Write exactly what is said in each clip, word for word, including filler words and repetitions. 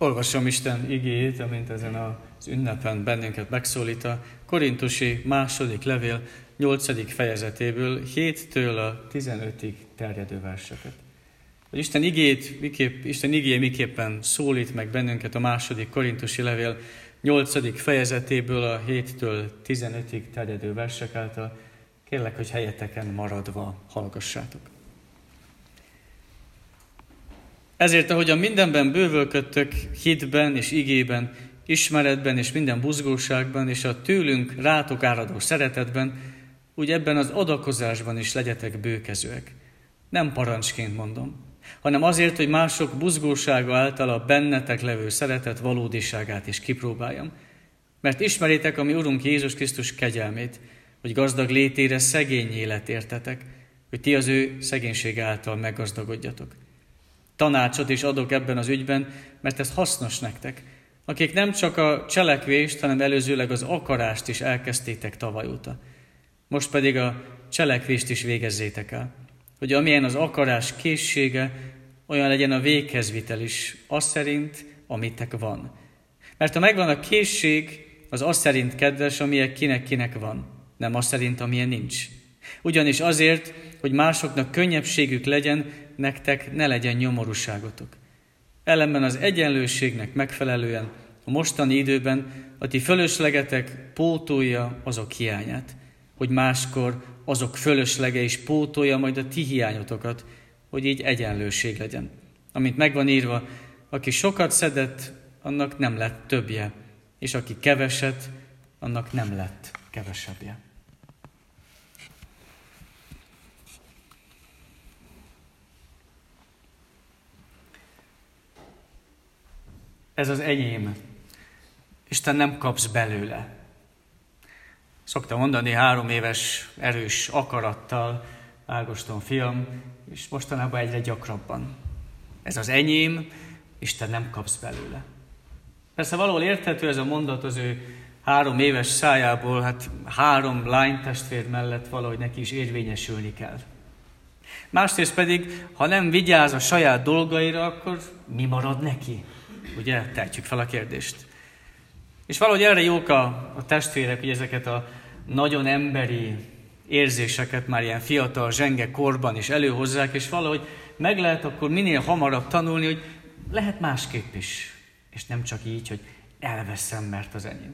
Olvasom Isten igéjét, amint ezen az ünnepen bennünket megszólít a Korintusi második levél nyolcadik fejezetéből, héttől a tizenötig terjedő verseket. Hogy Isten igéjét, miképp, Isten igéje miképpen szólít meg bennünket a második Korintusi levél nyolcadik fejezetéből a héttől tizenötig terjedő versek által, kérlek, hogy helyeteken maradva hallgassátok. Ezért, ahogyan mindenben bővölködtök, hitben és igében, ismeretben és minden buzgóságban, és a tőlünk rátok áradó szeretetben, úgy ebben az adakozásban is legyetek bőkezőek. Nem parancsként mondom, hanem azért, hogy mások buzgósága által a bennetek levő szeretet valódiságát is kipróbáljam. Mert ismeritek a mi Urunk Jézus Krisztus kegyelmét, hogy gazdag létére szegényé lett értetek, hogy ti az ő szegénysége által meggazdagodjatok. Tanácsot is adok ebben az ügyben, mert ez hasznos nektek, akik nem csak a cselekvést, hanem előzőleg az akarást is elkezdtétek tavaly óta. Most pedig a cselekvést is végezzétek el, hogy amilyen az akarás készsége, olyan legyen a végezvitel is, az szerint, amitek van. Mert ha megvan a készség, az az szerint kedves, amilyen kinek-kinek van, nem az szerint, amilyen nincs. Ugyanis azért, hogy másoknak könnyebbségük legyen, nektek ne legyen nyomorúságotok. Ellenben az egyenlőségnek megfelelően a mostani időben a ti fölöslegetek pótolja azok hiányát, hogy máskor azok fölöslege is pótolja majd a ti hiányotokat, hogy így egyenlőség legyen. Amint megvan írva, aki sokat szedett, annak nem lett többje, és aki keveset, annak nem lett kevesebbje. Ez az enyém. Isten, nem kapsz belőle. Szoktam mondani három éves erős akarattal, Ágoston fiam, és mostanában egyre gyakrabban. Ez az enyém, Isten, nem kapsz belőle. Persze valahol érthető ez a mondat az ő három éves szájából, hát három lánytestvér mellett valahogy neki is érvényesülni kell. Másrészt pedig, ha nem vigyáz a saját dolgaira, akkor mi marad neki? Ugye, tehetjük fel a kérdést. És valahogy erre jók a, a testvérek, hogy ezeket a nagyon emberi érzéseket már ilyen fiatal, zsenge korban is előhozzák, és valahogy meg lehet akkor minél hamarabb tanulni, hogy lehet másképp is. És nem csak így, hogy elveszem, mert az enyém.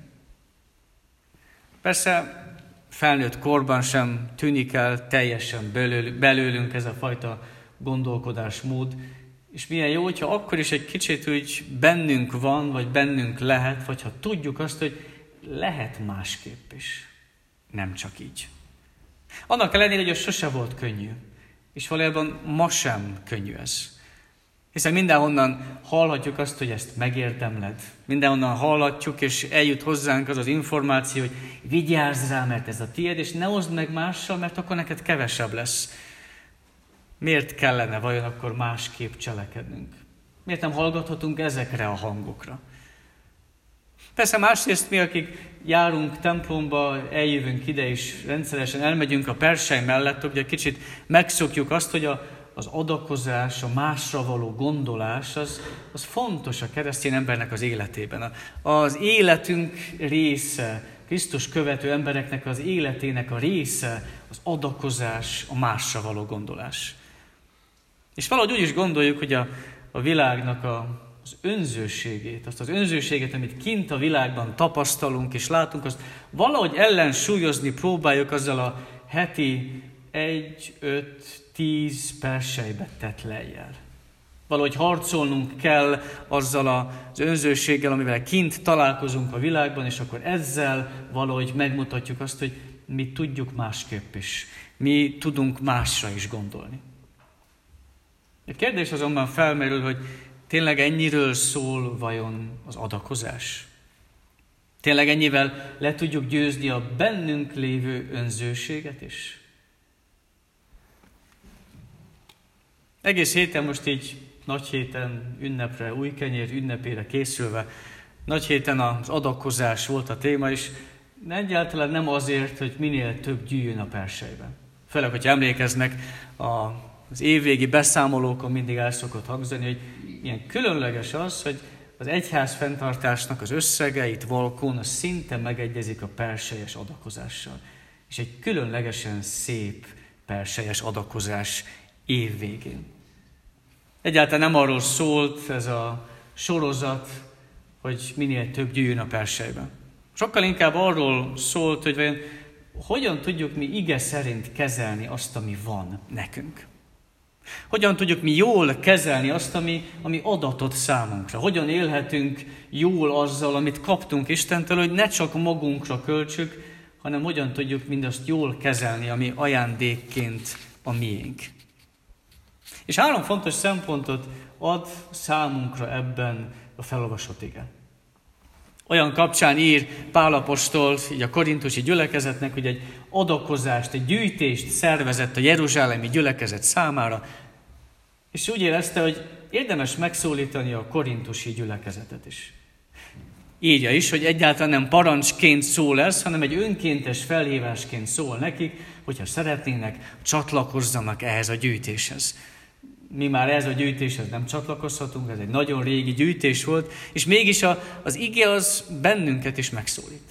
Persze felnőtt korban sem tűnik el teljesen belőlünk, belőlünk ez a fajta gondolkodásmód, és milyen jó, hogyha akkor is egy kicsit úgy bennünk van, vagy bennünk lehet, vagy ha tudjuk azt, hogy lehet másképp is. Nem csak így. Annak ellenére, hogy ez sose volt könnyű. És valójában ma sem könnyű ez. Hiszen mindenhonnan hallhatjuk azt, hogy ezt megérdemled. Mindenhonnan hallhatjuk, és eljut hozzánk az az információ, hogy vigyázz rá, mert ez a tiéd, és ne oszd meg mással, mert akkor neked kevesebb lesz. Miért kellene vajon akkor másképp cselekednünk? Miért nem hallgathatunk ezekre a hangokra? Persze másrészt mi, akik járunk templomba, eljövünk ide és rendszeresen elmegyünk a persely mellett, ugye kicsit megszokjuk azt, hogy a, az adakozás, a másra való gondolás, az, az fontos a keresztény embernek az életében. Az életünk része, Krisztus követő embereknek az életének a része, az adakozás, a másra való gondolás. És valahogy úgy is gondoljuk, hogy a, a világnak a, az önzőségét, azt az önzőséget, amit kint a világban tapasztalunk és látunk, azt valahogy ellensúlyozni próbáljuk azzal a heti egy, öt, tíz perselybe tett lejjel. Valahogy harcolnunk kell azzal az önzőséggel, amivel kint találkozunk a világban, és akkor ezzel valahogy megmutatjuk azt, hogy mi tudjuk másképp is. Mi tudunk másra is gondolni. A kérdés azonban felmerül, hogy tényleg ennyiről szól vajon az adakozás? Tényleg ennyivel le tudjuk győzni a bennünk lévő önzőséget is? Egész héten most így nagy héten ünnepre, új kenyér ünnepére készülve, nagy héten az adakozás volt a téma, és egyáltalán nem azért, hogy minél több gyűjjön a perselyben. Főleg, hogy emlékeznek, az évvégi beszámolókon mindig el szokott hangzani, hogy milyen különleges az, hogy az egyház fenntartásnak az összege itt Valkón az szinte megegyezik a perselyes adakozással. És egy különlegesen szép perselyes adakozás év végén. Egyáltalán nem arról szólt ez a sorozat, hogy minél több gyűjjön a perselybe. Sokkal inkább arról szólt, hogy vajon hogyan tudjuk mi ige szerint kezelni azt, ami van nekünk. Hogyan tudjuk mi jól kezelni azt, ami, ami adatot számunkra. Hogyan élhetünk jól azzal, amit kaptunk Istentől, hogy ne csak magunkra költsük, hanem hogyan tudjuk mindazt jól kezelni, ami ajándékként a miénk. És három fontos szempontot ad számunkra ebben a felolvasott ige. Olyan kapcsán ír Pál apostol így a korintusi gyülekezetnek, hogy egy adakozást, egy gyűjtést szervezett a jeruzsálemi gyülekezet számára, és úgy érezte, hogy érdemes megszólítani a korintusi gyülekezetet is. Írja is, hogy egyáltalán nem parancsként szól ez, hanem egy önkéntes felhívásként szól nekik, hogyha szeretnének, csatlakozzanak ehhez a gyűjtéshez. Mi már ez a gyűjtéshez nem csatlakozhatunk, ez egy nagyon régi gyűjtés volt, és mégis a, az ige az bennünket is megszólít.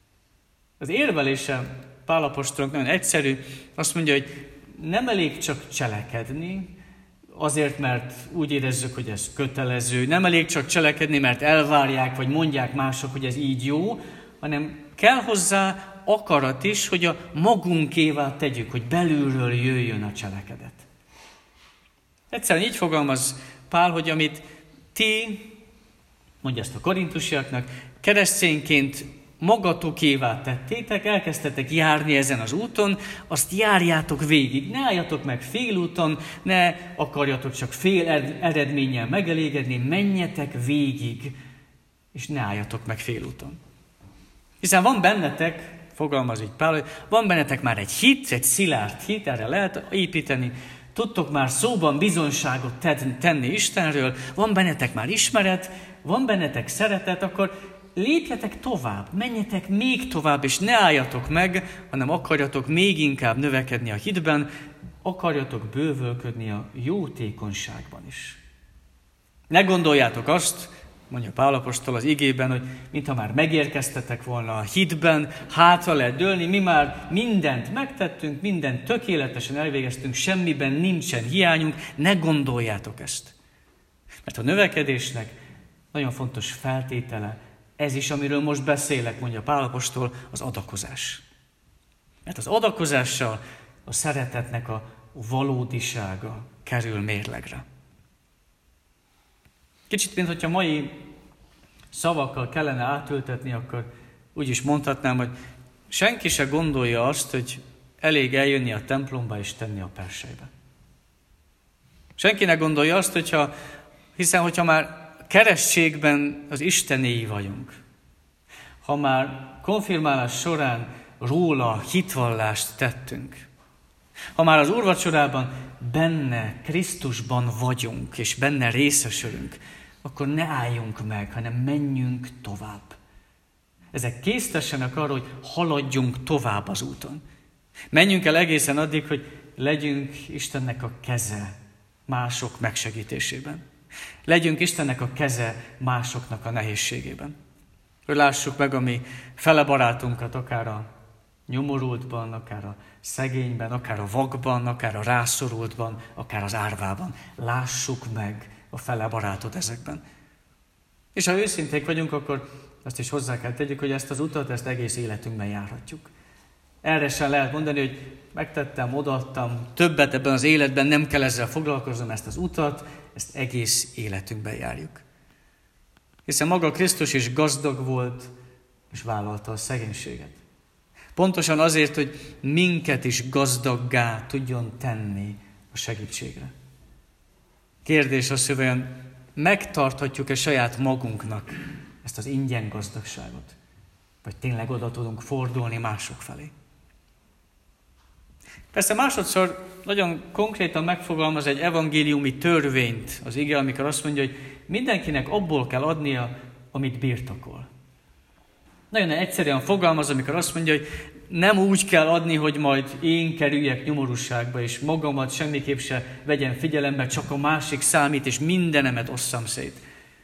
Az érvelése Pál apostolnak nagyon egyszerű, azt mondja, hogy nem elég csak cselekedni, azért, mert úgy érezzük, hogy ez kötelező, nem elég csak cselekedni, mert elvárják, vagy mondják mások, hogy ez így jó, hanem kell hozzá akarat is, hogy a magunkévá tegyük, hogy belülről jöjjön a cselekedet. Egyszerűen így fogalmaz Pál, hogy amit ti, mondja ezt a korintusiaknak, keresztényként magatokévá tettétek, elkezdtetek járni ezen az úton, azt járjátok végig. Ne álljatok meg félúton, ne akarjatok csak fél eredménnyel megelégedni, menjetek végig, és ne álljatok meg félúton. Hiszen van bennetek, fogalmaz így Pál, hogy van bennetek már egy hit, egy szilárd hit, erre lehet építeni, tudtok már szóban bizonyságot tenni Istenről, van bennetek már ismeret, van bennetek szeretet, akkor lépjetek tovább, menjetek még tovább, és ne álljatok meg, hanem akarjatok még inkább növekedni a hitben, akarjatok bővölködni a jótékonyságban is. Ne gondoljátok azt, mondja Pál apostol az igében, hogy mintha már megérkeztetek volna a hitben, hátra lehet dőlni, mi már mindent megtettünk, mindent tökéletesen elvégeztünk, semmiben nincsen hiányunk, ne gondoljátok ezt. Mert a növekedésnek nagyon fontos feltétele, ez is, amiről most beszélek, mondja Pál apostol, az adakozás. Mert az adakozással a szeretetnek a valódisága kerül mérlegre. Kicsit, mint hogyha mai szavakkal kellene átültetni, akkor úgy is mondhatnám, hogy senki se gondolja azt, hogy elég eljönni a templomba és tenni a persejbe. Senki ne gondolja azt, hogyha, hiszen hogyha már keresztségben az Istenéi vagyunk, ha már konfirmálás során róla hitvallást tettünk, ha már az úrvacsorában benne, Krisztusban vagyunk, és benne részesülünk, akkor ne álljunk meg, hanem menjünk tovább. Ezek késztessenek arra, hogy haladjunk tovább az úton. Menjünk el egészen addig, hogy legyünk Istennek a keze mások megsegítésében. Legyünk Istennek a keze másoknak a nehézségében. Hogy lássuk meg a mi fele barátunkat, akár a nyomorultban, akár a szegényben, akár a vakban, akár a rászorultban, akár az árvában. Lássuk meg a fele barátot ezekben. És ha őszinték vagyunk, akkor azt is hozzá kell tegyük, hogy ezt az utat, ezt egész életünkben járhatjuk. Erre sem lehet mondani, hogy megtettem, odaadtam, többet ebben az életben nem kell ezzel foglalkoznom, ezt az utat, ezt egész életünkben járjuk. Hiszen maga Krisztus is gazdag volt, és vállalta a szegénységet. Pontosan azért, hogy minket is gazdaggá tudjon tenni a segítségre. Kérdés az, hogy olyan megtarthatjuk-e saját magunknak ezt az ingyen gazdagságot? Vagy tényleg oda tudunk fordulni mások felé? Persze másodszor nagyon konkrétan megfogalmaz egy evangéliumi törvényt az ige, amikor azt mondja, hogy mindenkinek abból kell adnia, amit birtokol. Nagyon egyszerűen fogalmaz, amikor azt mondja, hogy nem úgy kell adni, hogy majd én kerüljek nyomorúságba, és magamat semmiképp se vegyem figyelembe, csak a másik számít, és mindenemet osszam szét.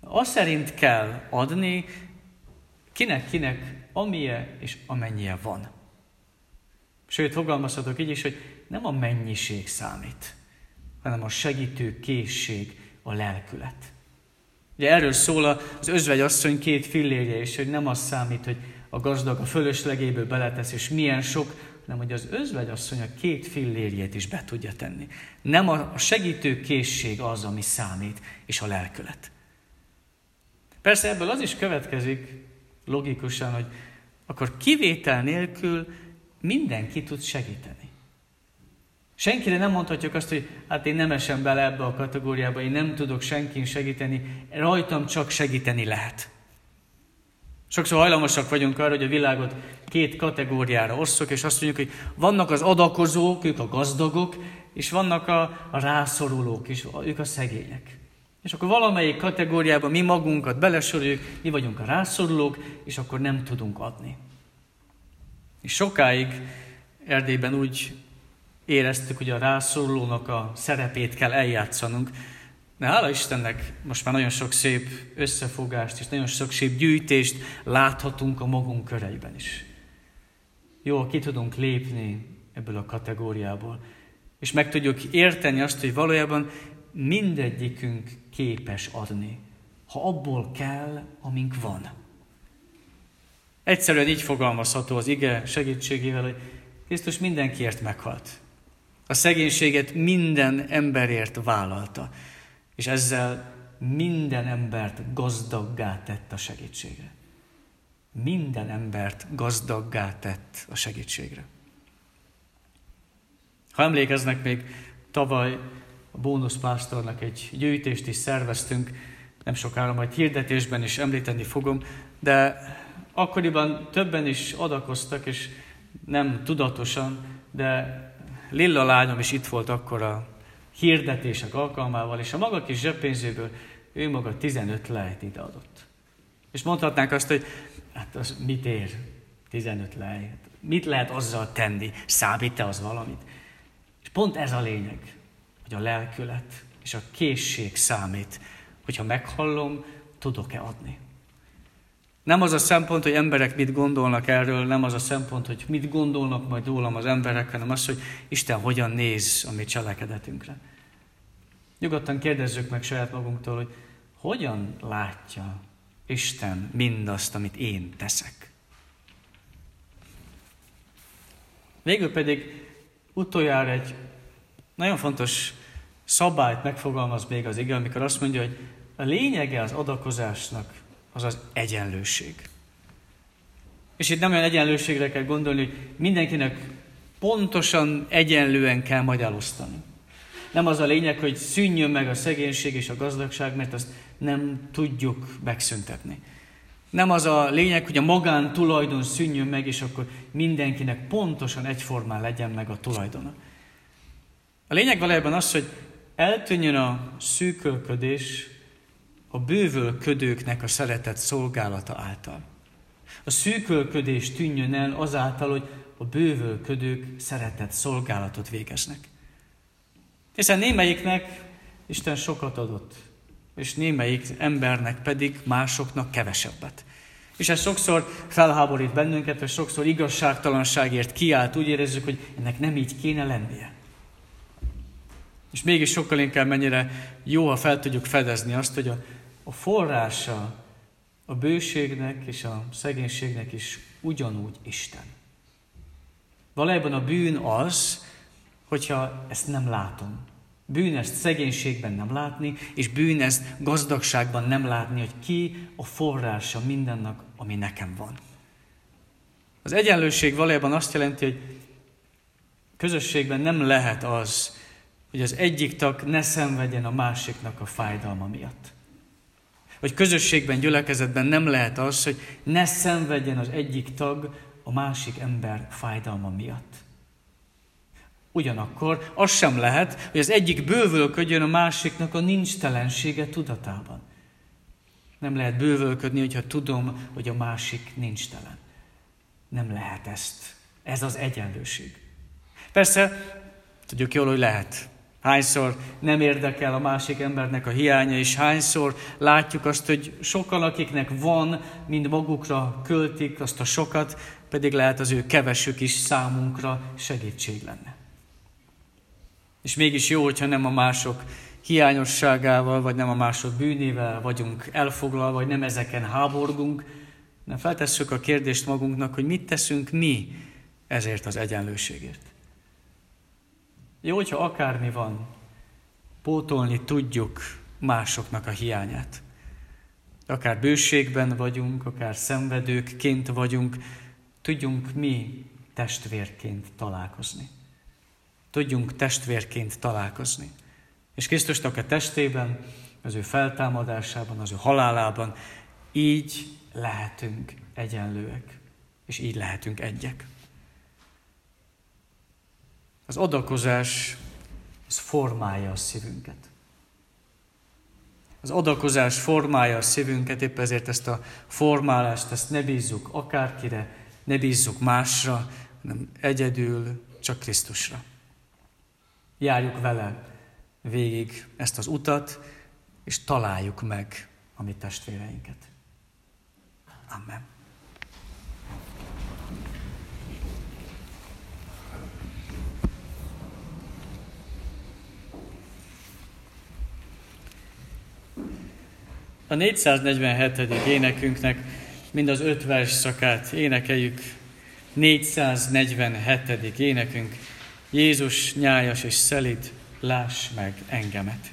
Az szerint kell adni, kinek-kinek amilyen és amennyie van. Sőt, fogalmazhatok így is, hogy nem a mennyiség számít, hanem a segítő készség, a lelkület. Ugye erről szól az özvegyasszony két fillérje is, hogy nem az számít, hogy a gazdag a fölöslegéből beletesz, és milyen sok, hanem hogy az özvegyasszony a két fillérjét is be tudja tenni. Nem a segítő készség az, ami számít, és a lelkület. Persze ebből az is következik logikusan, hogy akkor kivétel nélkül mindenki tud segíteni. Senkire nem mondhatjuk azt, hogy hát én nem esem bele ebbe a kategóriába, én nem tudok senkin segíteni, rajtam csak segíteni lehet. Sokszor hajlamosak vagyunk arra, hogy a világot két kategóriára osszuk, és azt mondjuk, hogy vannak az adakozók, ők a gazdagok, és vannak a, a rászorulók is, ők a szegények. És akkor valamelyik kategóriában mi magunkat belesoroljuk, mi vagyunk a rászorulók, és akkor nem tudunk adni. És sokáig Erdélyben úgy éreztük, hogy a rászorulónak a szerepét kell eljátszanunk. De hála Istennek most már nagyon sok szép összefogást és nagyon sok szép gyűjtést láthatunk a magunk köreiben is. Jól ki tudunk lépni ebből a kategóriából, és meg tudjuk érteni azt, hogy valójában mindegyikünk képes adni, ha abból kell, amink van. Egyszerűen így fogalmazható az ige segítségével, hogy Krisztus mindenkiért meghalt. A szegénységet minden emberért vállalta, és ezzel minden embert gazdaggá tett a segítségre. Minden embert gazdaggá tett a segítségre. Ha emlékeznek, még tavaly a bónuszpásztornak egy gyűjtést is szerveztünk, nem sokára majd hirdetésben is említeni fogom, de akkoriban többen is adakoztak, és nem tudatosan, de Lilla lányom is itt volt akkor a hirdetések alkalmával, és a maga kis zseppénzéből ő maga tizenöt lejt ide adott. És mondhatnánk azt, hogy hát az mit ér tizenöt lej? Mit lehet azzal tenni? Számít-e az valamit? És pont ez a lényeg, hogy a lelkület és a készség számít, hogyha meghallom, tudok-e adni. Nem az a szempont, hogy emberek mit gondolnak erről, nem az a szempont, hogy mit gondolnak majd rólam az emberek, hanem az, hogy Isten hogyan néz a mi cselekedetünkre. Nyugodtan kérdezzük meg saját magunktól, hogy hogyan látja Isten mindazt, amit én teszek. Végül pedig utoljára egy nagyon fontos szabályt megfogalmaz még az ige, amikor azt mondja, hogy a lényege az adakozásnak az az egyenlőség. És itt nem olyan egyenlőségre kell gondolni, hogy mindenkinek pontosan egyenlően kell majd elosztani. Nem az a lényeg, hogy szűnjön meg a szegénység és a gazdagság, mert azt nem tudjuk megszüntetni. Nem az a lényeg, hogy a magántulajdon szűnjön meg, és akkor mindenkinek pontosan egyformán legyen meg a tulajdona. A lényeg valójában az, hogy eltűnjön a szűkölködés a bővölködőknek a szeretett szolgálata által. A szűkölködés tűnjön el azáltal, hogy a bővölködők szeretett szolgálatot végeznek. Hiszen némelyiknek Isten sokat adott, és némelyik embernek pedig másoknak kevesebbet. És ez sokszor felháborít bennünket, és sokszor igazságtalanságért kiált, úgy érezzük, hogy ennek nem így kéne lennie. És mégis sokkal inkább mennyire jó, ha fel tudjuk fedezni azt, hogy a, a forrása a bőségnek és a szegénységnek is ugyanúgy Isten. Valójában a bűn az, hogyha ezt nem látom. Bűn ezt szegénységben nem látni, és bűn ezt gazdagságban nem látni, hogy ki a forrása mindennek, ami nekem van. Az egyenlőség valójában azt jelenti, hogy közösségben nem lehet az, hogy az egyik tag ne szenvedjen a másiknak a fájdalma miatt. Vagy közösségben, gyülekezetben nem lehet az, hogy ne szenvedjen az egyik tag a másik ember fájdalma miatt. Ugyanakkor az sem lehet, hogy az egyik bővölködjön a másiknak a nincstelensége tudatában. Nem lehet bővölködni, hogyha tudom, hogy a másik nincstelen. Nem lehet ezt. Ez az egyenlőség. Persze, tudjuk jól, hogy lehet. Hányszor nem érdekel a másik embernek a hiánya, és hányszor látjuk azt, hogy sokan, akiknek van, mind magukra költik azt a sokat, pedig lehet az ő kevesük is számunkra segítség lenne. És mégis jó, hogyha nem a mások hiányosságával, vagy nem a mások bűnével vagyunk elfoglalva, vagy nem ezeken háborgunk, nem feltesszük a kérdést magunknak, hogy mit teszünk mi ezért az egyenlőségért. Jó, hogyha akármi van, pótolni tudjuk másoknak a hiányát. Akár bőségben vagyunk, akár szenvedőkként vagyunk, tudjunk mi testvérként találkozni. Tudjunk testvérként találkozni. És Krisztusnak a testében, az ő feltámadásában, az ő halálában így lehetünk egyenlőek, és így lehetünk egyek. Az adakozás, az formálja a szívünket. Az adakozás formálja a szívünket, épp ezért ezt a formálást, ezt ne bízzuk akárkire, ne bízzuk másra, hanem egyedül csak Krisztusra. Járjuk vele végig ezt az utat, és találjuk meg a mi testvéreinket. Amen. A négyszáznegyvenhetedik énekünknek mind az öt vers szakát énekeljük. négyszáznegyvenhetedik énekünk. Jézus nyájas és szelíd, láss meg engemet.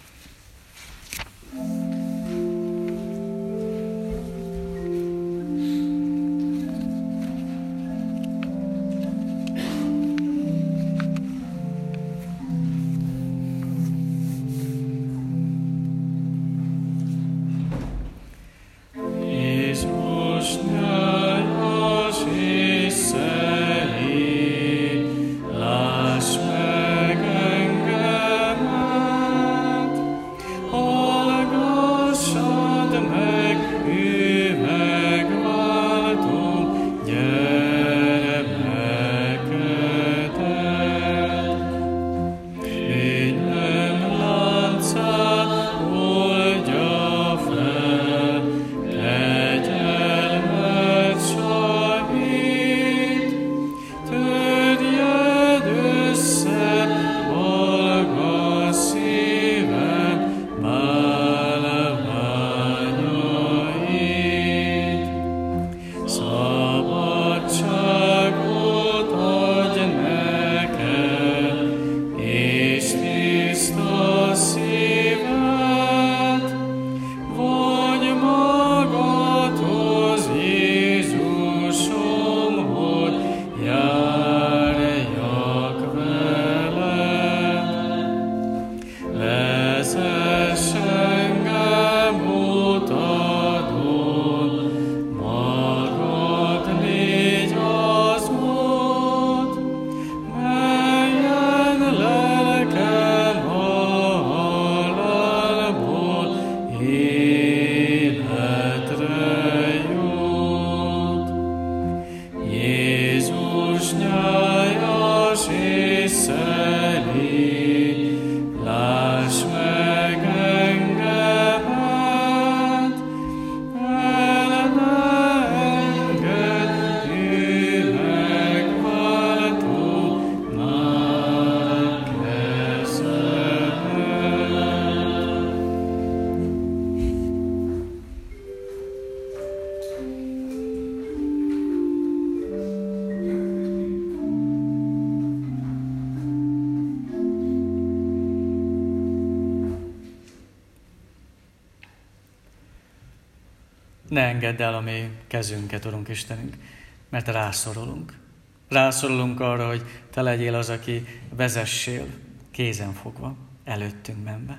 Ne engedd el a mi kezünket, Urunk Istenünk, mert rászorulunk. Rászorulunk arra, hogy Te legyél az, aki vezessél kézen fogva, előttünk menve.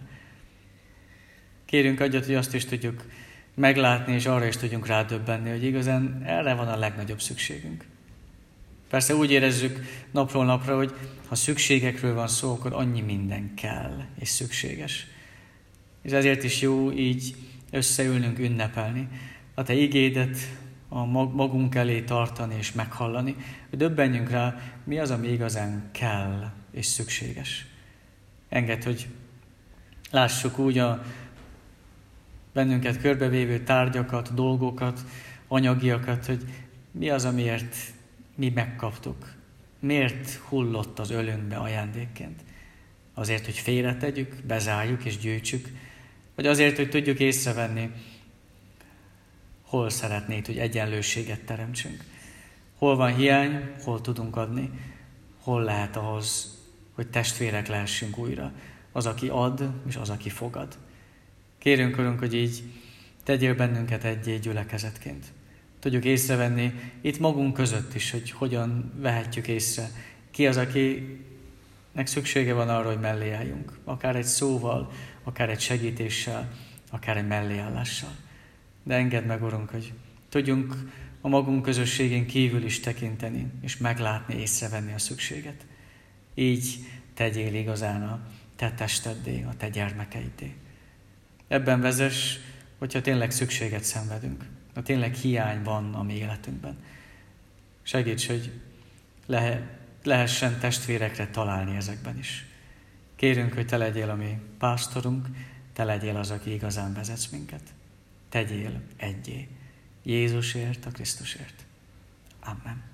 Kérünk adjat, hogy azt is tudjuk meglátni, és arra is tudjunk rádöbbenni, hogy igazán erre van a legnagyobb szükségünk. Persze úgy érezzük napról napra, hogy ha szükségekről van szó, akkor annyi minden kell és szükséges. És ezért is jó így összeülnünk, ünnepelni, a Te igédet a magunk elé tartani és meghallani, hogy döbbenjünk rá, mi az, ami igazán kell és szükséges. Engedd, hogy lássuk úgy a bennünket körbevévő tárgyakat, dolgokat, anyagiakat, hogy mi az, amiért mi megkaptuk. Miért hullott az ölünkbe ajándékként? Azért, hogy félretegyük, bezárjuk és gyűjtsük, vagy azért, hogy tudjuk észrevenni, hol szeretnéd, hogy egyenlőséget teremtsünk. Hol van hiány, hol tudunk adni, hol lehet ahhoz, hogy testvérek lehessünk újra. Az, aki ad, és az, aki fogad. Kérünk, Urunk, hogy így tegyél bennünket egyé gyülekezetként. Tudjuk észrevenni itt magunk között is, hogy hogyan vehetjük észre. Ki az, akinek szüksége van arra, hogy mellé álljunk. Akár egy szóval, akár egy segítéssel, akár egy melléállással. De engedd meg, Urunk, hogy tudjunk a magunk közösségén kívül is tekinteni, és meglátni, észrevenni a szükséget. Így tegyél igazán a te testeddé, a te gyermekeidé. Ebben vezess, hogyha tényleg szükséget szenvedünk, ha tényleg hiány van a mi életünkben. Segíts, hogy le, lehessen testvérekre találni ezekben is. Kérünk, hogy te legyél a mi pásztorunk, te legyél az, aki igazán vezetsz minket. Tegyél egyé. Jézusért, a Krisztusért. Amen.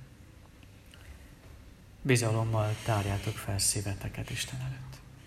Bizalommal tárjátok fel szíveteket Isten előtt.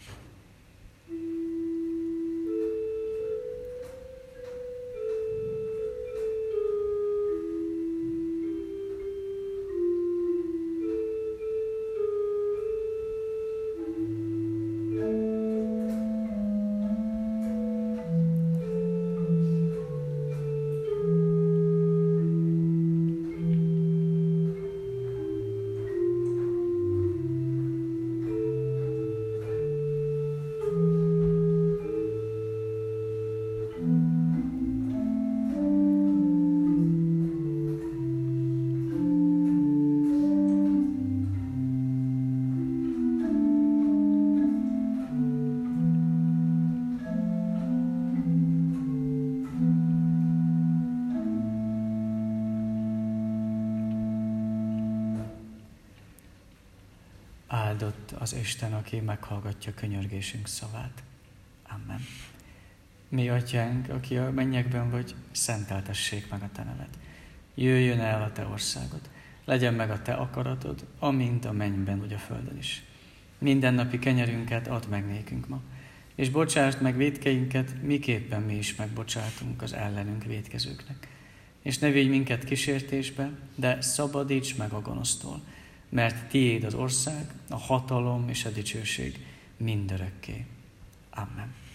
Áldott az Isten, aki meghallgatja könyörgésünk szavát. Amen. Mi atyánk, aki a mennyekben vagy, szenteltessék meg a te neved. Jöjjön el a te országod, legyen meg a te akaratod, amint a mennyben vagy a földön is. Mindennapi kenyerünket add meg nékünk ma, és bocsásd meg vétkeinket, miképpen mi is megbocsátunk az ellenünk vétkezőknek. És ne vigy minket kísértésbe, de szabadíts meg a gonosztól, mert tiéd az ország, a hatalom és a dicsőség mindörökké. Amen.